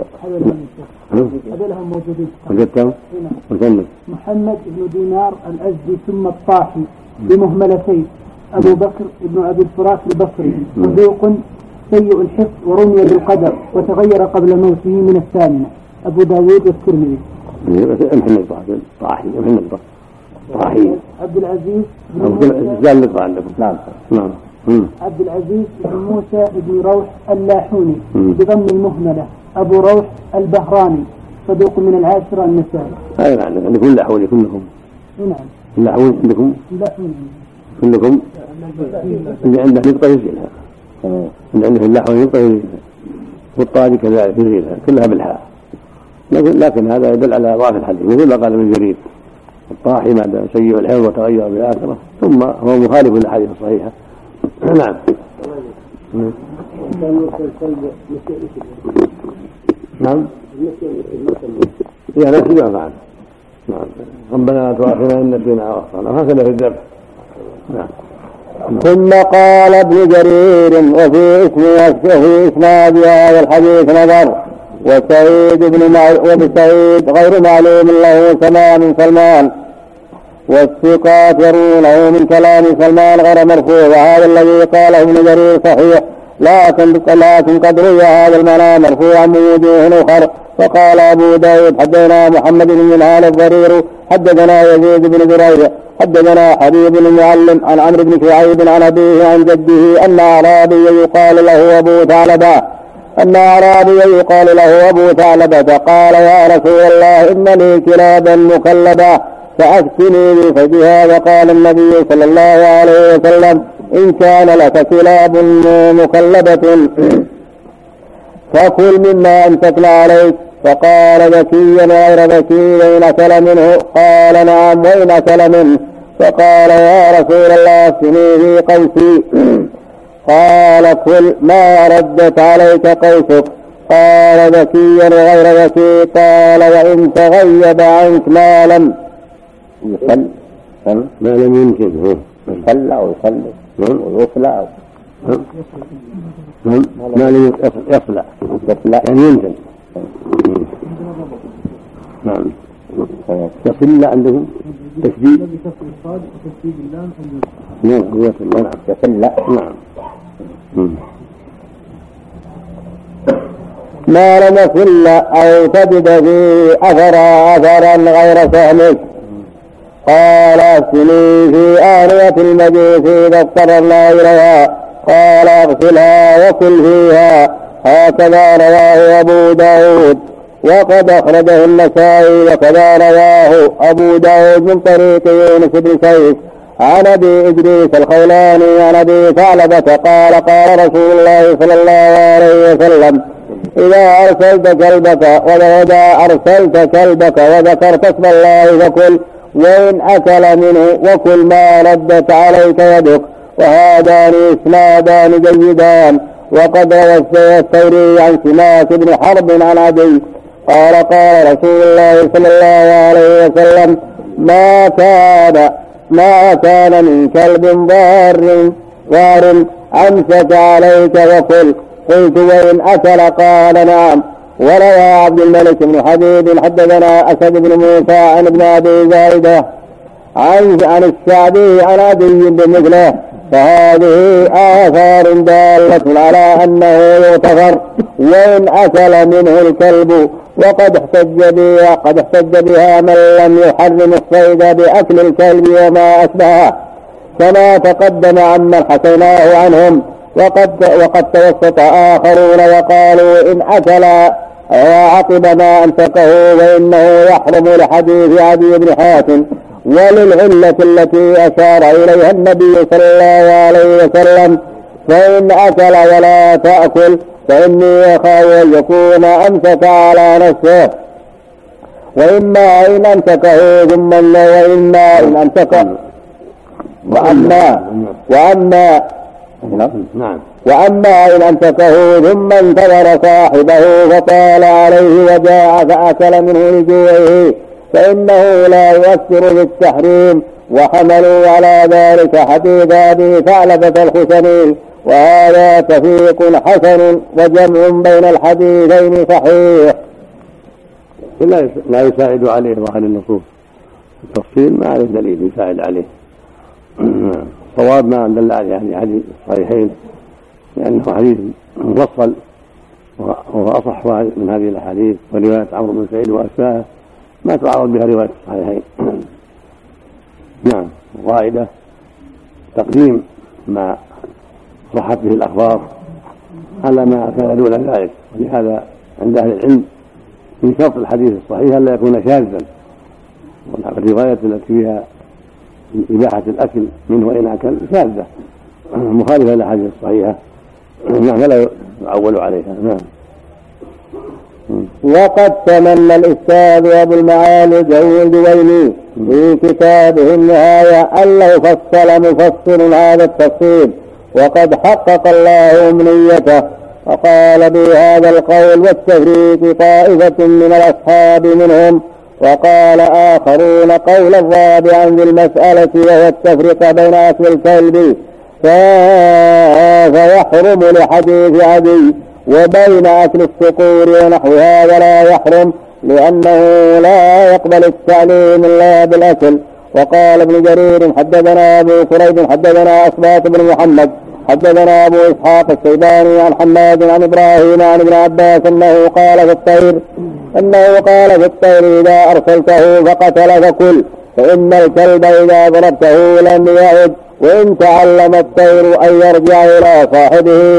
هذول هم موجودين. وجدتهم؟ محمد بن دينار الأزدي ثم الطاحي بمهملتين. أبو بكر بن أبي الفراس البصري صدوق سيء الحفظ ورمي بالقدر وتغير قبل موته من الثامنة. أبو داود والترمذي. محمد طاحي عبد العزيز نعم عبد العزيز بن موسى بن روح اللاحوني بضم المهملة. أبو روح البهراني صدوق من العاشرة النسائي. هاي عندكم لاحوني كلكم؟ نعم. اللاحوني عندكم؟ كلكم؟ اللي عنده نقطة يزيلها. اللي عنده اللاحوني نقطة يزيلها. والطاجي كذلك يزيلها كلها بالحاء. لكن هذا يدل على ضعف الحديث مثل ما قال ابن جرير الطاحي ما دام سيء الحفظ وتغير بالآخرة ثم هو مخالف للأحاديث الصحيحة. نعم. نعم. يا نفسي ما فعل. نعم. ربنا لا تؤاخذنا إن نسينا أو أخطأنا هكذا في الذبح. نعم. ثم قال ابن جرير وفي إسناد هذا الحديث نظر وبسعيد غير معلوم له سماع من سلمان والثقات يرونه من كلام سلمان غير مرفوع وهذا الذي قاله ابن جرير صحيح لكن قد روي هذا المعنى مرفوعا من وجوه أخر. فقال أبو داود حدثنا محمد بن منهال الضرير حدثنا يزيد بن زريع حدثنا حبيب بن معلم عن عمرو بن شعيب عن أبيه عن جده أن أعرابيا يقال له أبو ثعلبة قال يا رسول الله إن لي كلابا مكلبة فأفتني بفجها. وقال النبي صلى الله عليه وسلم إن كان لك كلاب مكلبة فكل مما أمسكنا عليك. فقال ذكيا غير ذكي وإن أكل منه؟ قال نعم وإن أكل منه. فقال يا رسول الله افتني في قوسي. قال كل ما ردت عليك قوسك. قال ذكيا غير ذكي. قال وإن تغيب عنك ما لم يمكن يصلى أو يصلي ويصلى أو ما لم يصلى يعني ينزل. نعم. يصل عندهم تشديد يصل. نعم. ما لم يصل أو تجد في أثرا غير سهلك. قال افتني في آنية المجوس إذا اضطررنا إليها. قال اغسلها وكل فيها. هكذا رواه أبو داود وقد أخرجه النسائي وكذا رواه أبو داود من طريق يونس بن سيف عن أبي إدريس الخولاني عن أبي ثعلبة قال قال رسول الله صلى الله عليه وسلم إذا أرسلت كلبك وذكرت اسم الله فكل وإن أكل منه وكل ما ردت عليك يدك. وهذان إسنادان جيدان. وقد روى الثوري عن سماك بن حرب عن عدي قال قال رسول الله صلى الله عليه وسلم ما كان من كلب ضار أمسك عليك وكل. قلت وإن أكل؟ قال نعم. وروى عبد الملك بن حبيب حدثنا أسد بن موسى عن ابن أبي زايدة عن الشعبي عن عدي بمثله. فهذه آثار دالة على أنه يغتفر وإن أكل منه الكلب. وقد احتج بها من لم يحرم الصيد بأكل الكلب وما أشبهه كما تقدم عمن حكيناه عنهم. وقد توسط آخرون وقالوا إن أكل وعقب ما أمسكه وإنه يحرم لحديث عدي بن حاتم وللعلة التي أشار إليها النبي صلى الله عليه وسلم فإن أكل ولا تأكل فإني أخاف أن يكون أمسك على نفسه. وإما إن أمسكه ثم وإما إن أمسكه وأما إن أمسكه ثم انتظر صاحبه فطال عليه وجاء فأكل منه لجوعه فإنه لا يؤثر بالتحريم وحملوا على ذلك حديث أبي ثعلبة الخشني، وهذا تفريق حسن وجمع بين الحديثين صحيح. لا يساعد عليه ظاهر النصوص، التفصيل ما عليه دليل يساعد عليه. صواب ما دل عليه يعني حديث الصحيحين، لأنه حديث مفصل وهو أصح من هذه الأحاديث، ورواية عمرو بن سعيد وأشباهه ما تعارض بها رواية الصحيحين. نعم. قاعدة تقديم ما صحت به الأخبار على ما كان دون ذلك، ولهذا عند أهل العلم من شرط الحديث الصحيح ألا يكون شاذا، والرواية التي فيها إباحة الأكل منه وإن أكل شاذة مخالفة للأحاديث الصحيحة، نعم، لا يعول عليها. نعم. وقد تمنى الأستاذ أبو المعالي الجويني في كتابه النهاية أن لو فصل مفسر هذا التفصيل، وقد حقق الله أمنيته، وقال بهذا القول والتفريق طائفة من الأصحاب منهم، وقال آخرون قولا رابعا في المسألة وهو التفريق بين أكل الكلب فيحرم لحديث عدي، وبين أكل الصقور ونحو هذا لا يحرم، لأنه لا يقبل التعليم إلا بالأكل. وقال ابن جرير حدثنا أبو كريب حدثنا أصبات بن محمد حدثنا أبو إسحاق الشيباني عن حماد عن إبراهيم عن ابن عباس أنه قال في الطير إذا أرسلته فقتل فكل، فإن الكلب إذا ضربته لم يعد، وإن تعلم الطير أن يرجع إلى صاحبه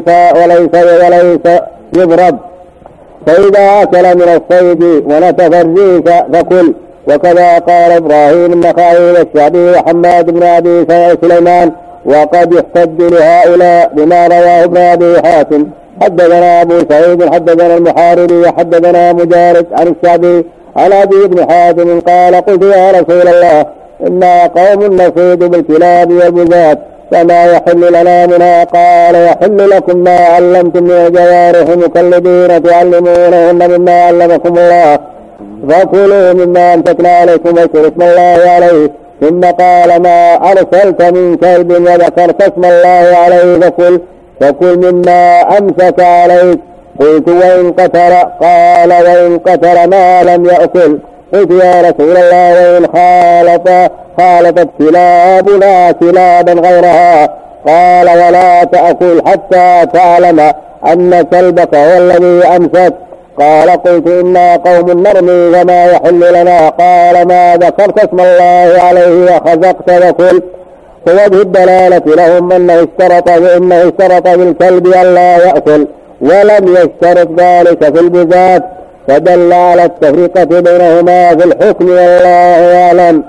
وليس يضرب، فإذا أكل من الصيد ونتف الريش فكل. وكذا قال إبراهيم بن خليل الشعبي وحماد بن أبي سليمان. وقد يحتج لهؤلاء بما رواه ابن أبي حاتم حدثنا أبو سعيد حدثنا المحاربي حدثنا مجارد عن الشعبي عن أبي بن حاتم قال قلت يا رسول الله إنا قوم نصيد بالكلاب والبزات فما يحل لنا منها؟ قال يحل لكم ما علمتم من الجوارح مكلبين تعلمونهن مما علمكم الله، فكلوا مما أمسكنا عليكم واذكروا اسم الله عليه. ثم قال ما أرسلت من كلب وذكرت اسم الله عليه فكل مما أمسك عليك. قلت وإن قتل؟ قال وإن قتل ما لم يأكل. قلت يا رسول الله وإن خالطت كلابنا كلابا غيرها؟ قال ولا تأكل حتى تعلم أن كلبك هو الذي أمسك. قال قلت إنا قوم نرمي فما يحل لنا؟ قال ما ذكرت اسم الله عليه وخزقت وكل. فوجه الدلالة لهم أنه اشترط بالكلب ألا يأكل ولم يشترط ذلك في البزات، فدل على التفرقة بينهما في الحكم والله أعلم.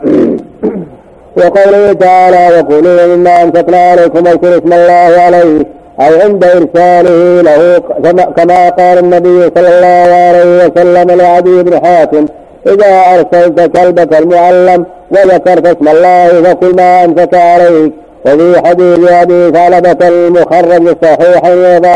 وقوله تعالى وكلوا مما أمسكنا عليكم واذكروا اسم الله عليه أو عند إرساله له، كما قال النبي صلى الله عليه وسلم لعدي بن حاتم إذا أرسلت كلبك المعلم وذكرت اسم الله فكل ما أمسك عليك. وفي حديث أبي ثعلبة المخرج الصحيح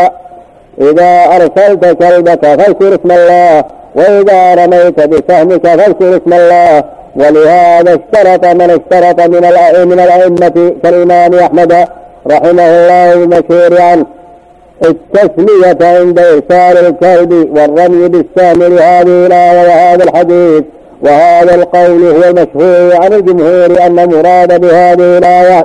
إذا أرسلت كلبك فاذكر اسم الله، وإذا رميت بسهمك فاذكر اسم الله. ولهذا اشترط من الأئمة كالإمام أحمد رحمه الله المشهور عنه التسمية عند إرسال الكلب والرمي بالسهم لهذه الآية وهذا الحديث. وهذا القول هو المشهور عن الجمهور أن المراد بهذه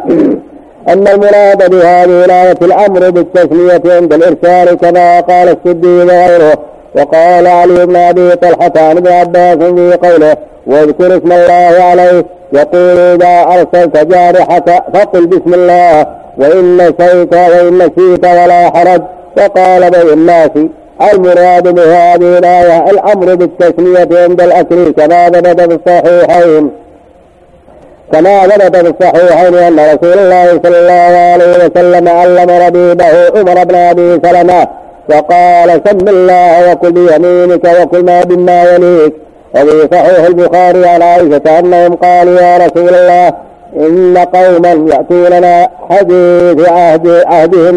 الآية الأمر بالتسمية عند الإرسال كما قال السدي وغيره. وقال علي بن أبي طلحة عن ابن عباس في قوله واذكر اسم الله عليه يقول إذا أرسلت جارحك فقل بسم الله وإن نسيت ولا حرج. وقال بين الناس المراد بهذه الآية الأمر بالتسمية عند الأكل كما ثبت في الصحيحين أن رسول الله صلى الله عليه وسلم علم ربيبه عمر بن أبي سلمة وقال سم الله وكل بيمينك وكل ما بما يليك. وفي صحيح البخاري عن عائشة أنهم قالوا يا رسول الله إن قوما يأتوننا حديث عهدهم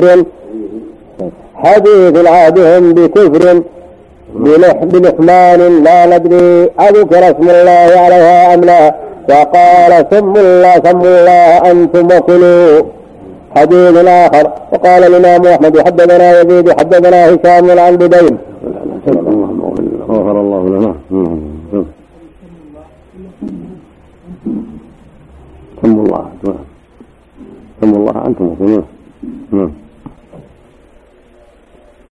بكفر بلحمان لا ندري أذكر اسم الله عليها أم لا، وقال سموا الله أنتم وكلوا. حديث آخر. وقال الإمام أحمد حدثنا يزيد حدثنا هشام عن بدين. غفر الله لنا. سموا الله أنتم وكلوا.